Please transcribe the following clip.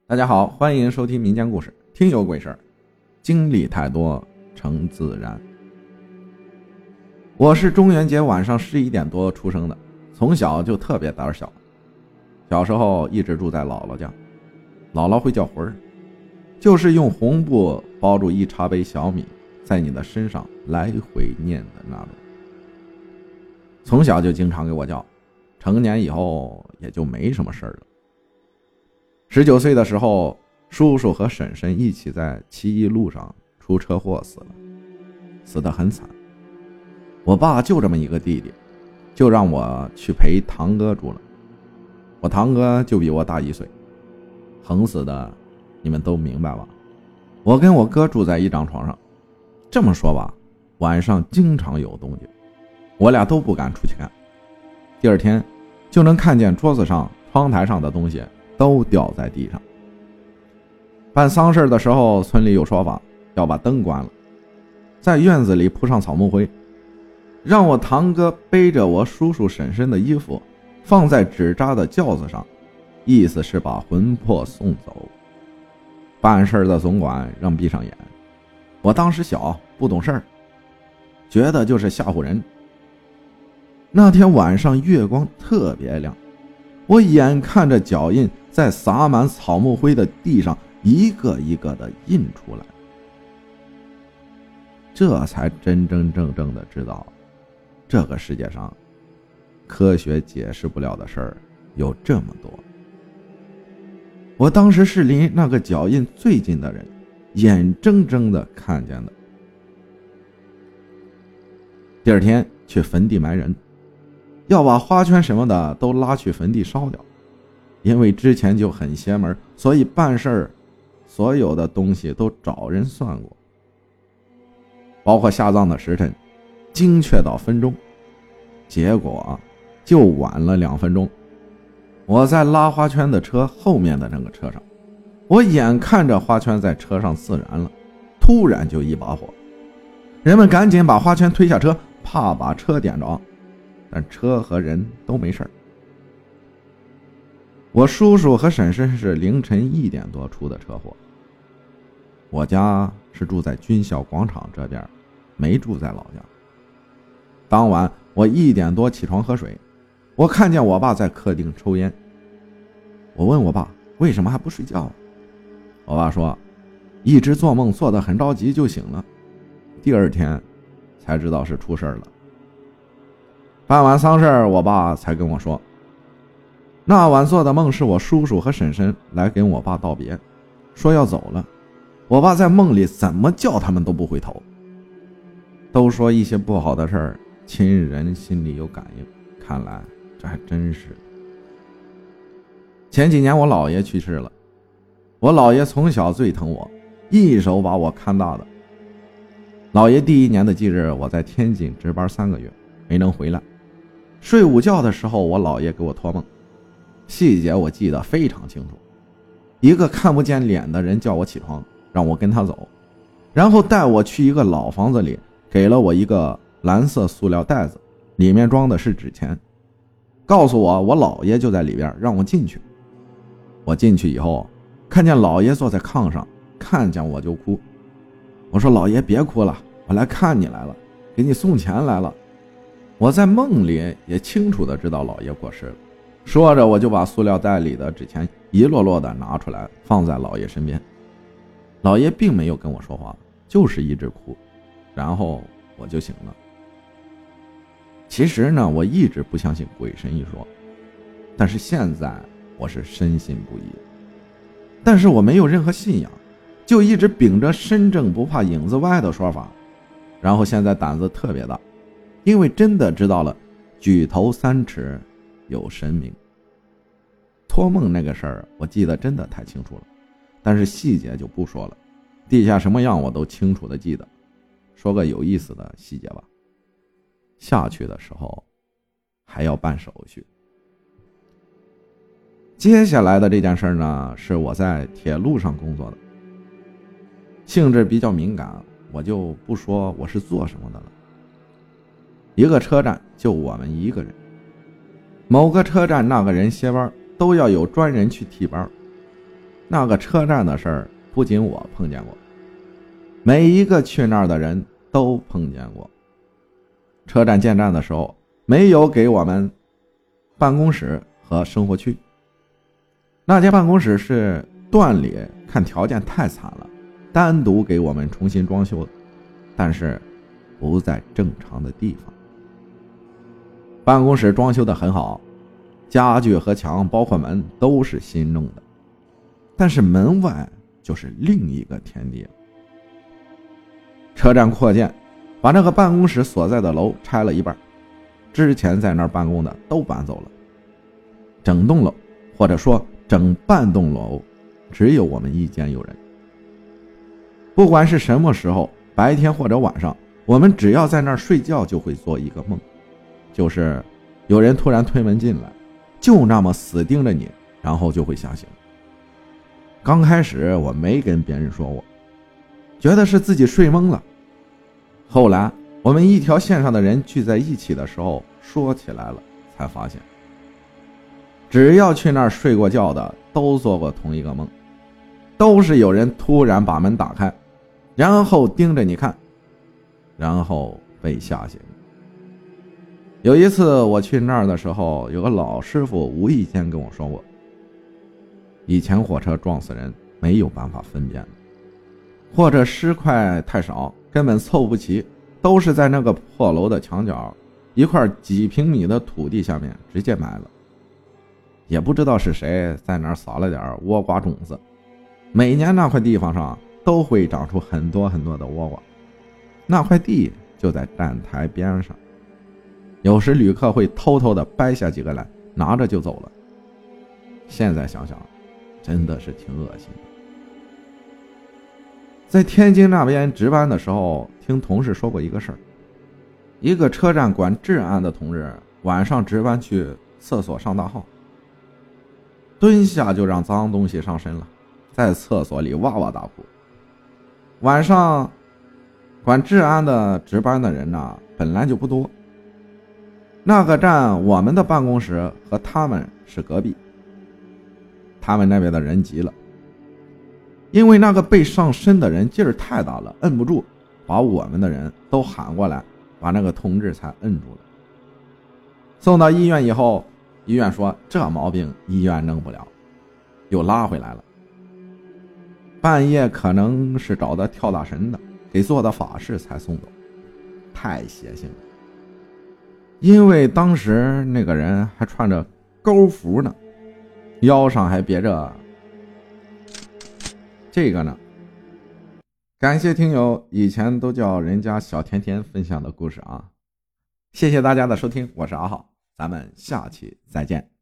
大家好，欢迎收听民间故事，听有鬼事儿，经历太多成自然。我是中元节晚上11点多出生的，从小就特别胆小。小时候一直住在姥姥家，姥姥会叫魂儿，就是用红布包住一茶杯小米，在你的身上来回念的那种。从小就经常给我叫，成年以后也就没什么事儿了。19岁的时候，叔叔和婶婶一起在7一路上出车祸死了，死得很惨。我爸就这么一个弟弟，就让我去陪堂哥住了。我堂哥就比我大1岁，横死的你们都明白吧？我跟我哥住在一张床上，这么说吧，晚上经常有动静，我俩都不敢出去看。第二天就能看见桌子上、窗台上的东西都掉在地上。办丧事的时候，村里有说法，要把灯关了，在院子里铺上草木灰，让我堂哥背着我叔叔婶婶的衣服放在纸扎的轿子上，意思是把魂魄送走。办事的总管让闭上眼，我当时小不懂事儿，觉得就是吓唬人。那天晚上月光特别亮，我眼看着脚印在洒满草木灰的地上一个一个的印出来，这才真真正正的知道，这个世界上科学解释不了的事儿有这么多。我当时是离那个脚印最近的人，眼睁睁的看见的。第二天去坟地埋人，要把花圈什么的都拉去坟地烧掉。因为之前就很邪门，所以办事儿所有的东西都找人算过，包括下葬的时辰，精确到分钟。结果就晚了2分钟。我在拉花圈的车后面的那个车上，我眼看着花圈在车上自燃了，突然就一把火，人们赶紧把花圈推下车，怕把车点着，但车和人都没事儿。我叔叔和婶婶是凌晨1点多出的车祸。我家是住在军校广场这边，没住在老家。当晚我1点多起床喝水，我看见我爸在客厅抽烟。我问我爸为什么还不睡觉？我爸说一直做梦做得很着急就醒了，第二天才知道是出事了。办完丧事，我爸才跟我说，那晚做的梦是我叔叔和婶婶来跟我爸道别，说要走了。我爸在梦里怎么叫他们都不回头。都说一些不好的事儿，亲人心里有感应，看来这还真是。前几年我姥爷去世了，我姥爷从小最疼我，一手把我看大的。姥爷第1年的忌日，我在天津值班3个月，没能回来。睡午觉的时候，我姥爷给我托梦，细节我记得非常清楚。一个看不见脸的人叫我起床，让我跟他走，然后带我去一个老房子里，给了我一个蓝色塑料袋子，里面装的是纸钱，告诉我姥爷就在里边，让我进去。我进去以后，看见姥爷坐在炕上，看见我就哭。我说姥爷别哭了，我来看你来了，给你送钱来了。我在梦里也清楚的知道姥爷过世了。说着我就把塑料袋里的纸钱一摞摞的拿出来，放在姥爷身边。姥爷并没有跟我说话，就是一直哭，然后我就醒了。其实呢，我一直不相信鬼神一说，但是现在我是深信不疑。但是我没有任何信仰，就一直秉着身正不怕影子歪的说法，然后现在胆子特别大，因为真的知道了举头3尺有神明。托梦那个事儿我记得真的太清楚了，但是细节就不说了，地下什么样我都清楚的记得。说个有意思的细节吧，下去的时候还要办手续。接下来的这件事呢，是我在铁路上工作的，性质比较敏感，我就不说我是做什么的了。一个车站就我们1个人，某个车站那个人歇班都要有专人去替班， 那个车站的事儿不仅我碰见过，每一个去那儿的人都碰见过。车站建站的时候没有给我们办公室和生活区，那间办公室是段里看条件太惨了，单独给我们重新装修的，但是不在正常的地方。办公室装修得很好，家具和墙包括门都是新弄的，但是门外就是另一个天地了。车站扩建，把那个办公室所在的楼拆了一半，之前在那儿办公的都搬走了，整栋楼或者说整半栋楼只有我们一间有人。不管是什么时候，白天或者晚上，我们只要在那儿睡觉就会做一个梦，就是有人突然推门进来，就那么死盯着你，然后就会吓醒。刚开始我没跟别人说过，觉得是自己睡懵了。后来我们一条线上的人聚在一起的时候说起来了，才发现只要去那儿睡过觉的都做过同一个梦，都是有人突然把门打开，然后盯着你看，然后被吓醒。有一次我去那儿的时候，有个老师傅无意间跟我说过，以前火车撞死人没有办法分辨，或者尸块太少根本凑不齐，都是在那个破楼的墙角一块几平米的土地下面直接埋了，也不知道是谁在那儿撒了点倭瓜种子，每年那块地方上都会长出很多很多的倭瓜。那块地就在站台边上，有时旅客会偷偷的掰下几个来拿着就走了。现在想想真的是挺恶心的。在天津那边值班的时候，听同事说过一个事儿，一个车站管治安的同志晚上值班去厕所上大号，蹲下就让脏东西上身了，在厕所里哇哇大哭。晚上管治安的值班的人呢，本来就不多，那个站我们的办公室和他们是隔壁，他们那边的人急了，因为那个被上身的人劲儿太大了，摁不住，把我们的人都喊过来，把那个同志才摁住了。送到医院以后，医院说这毛病医院弄不了，又拉回来了。半夜可能是找的跳大神的，给做的法事才送走，太邪性了。因为当时那个人还穿着钩服呢，腰上还别着这个呢。感谢听友以前都叫人家小甜甜分享的故事啊，谢谢大家的收听，我是阿浩，咱们下期再见。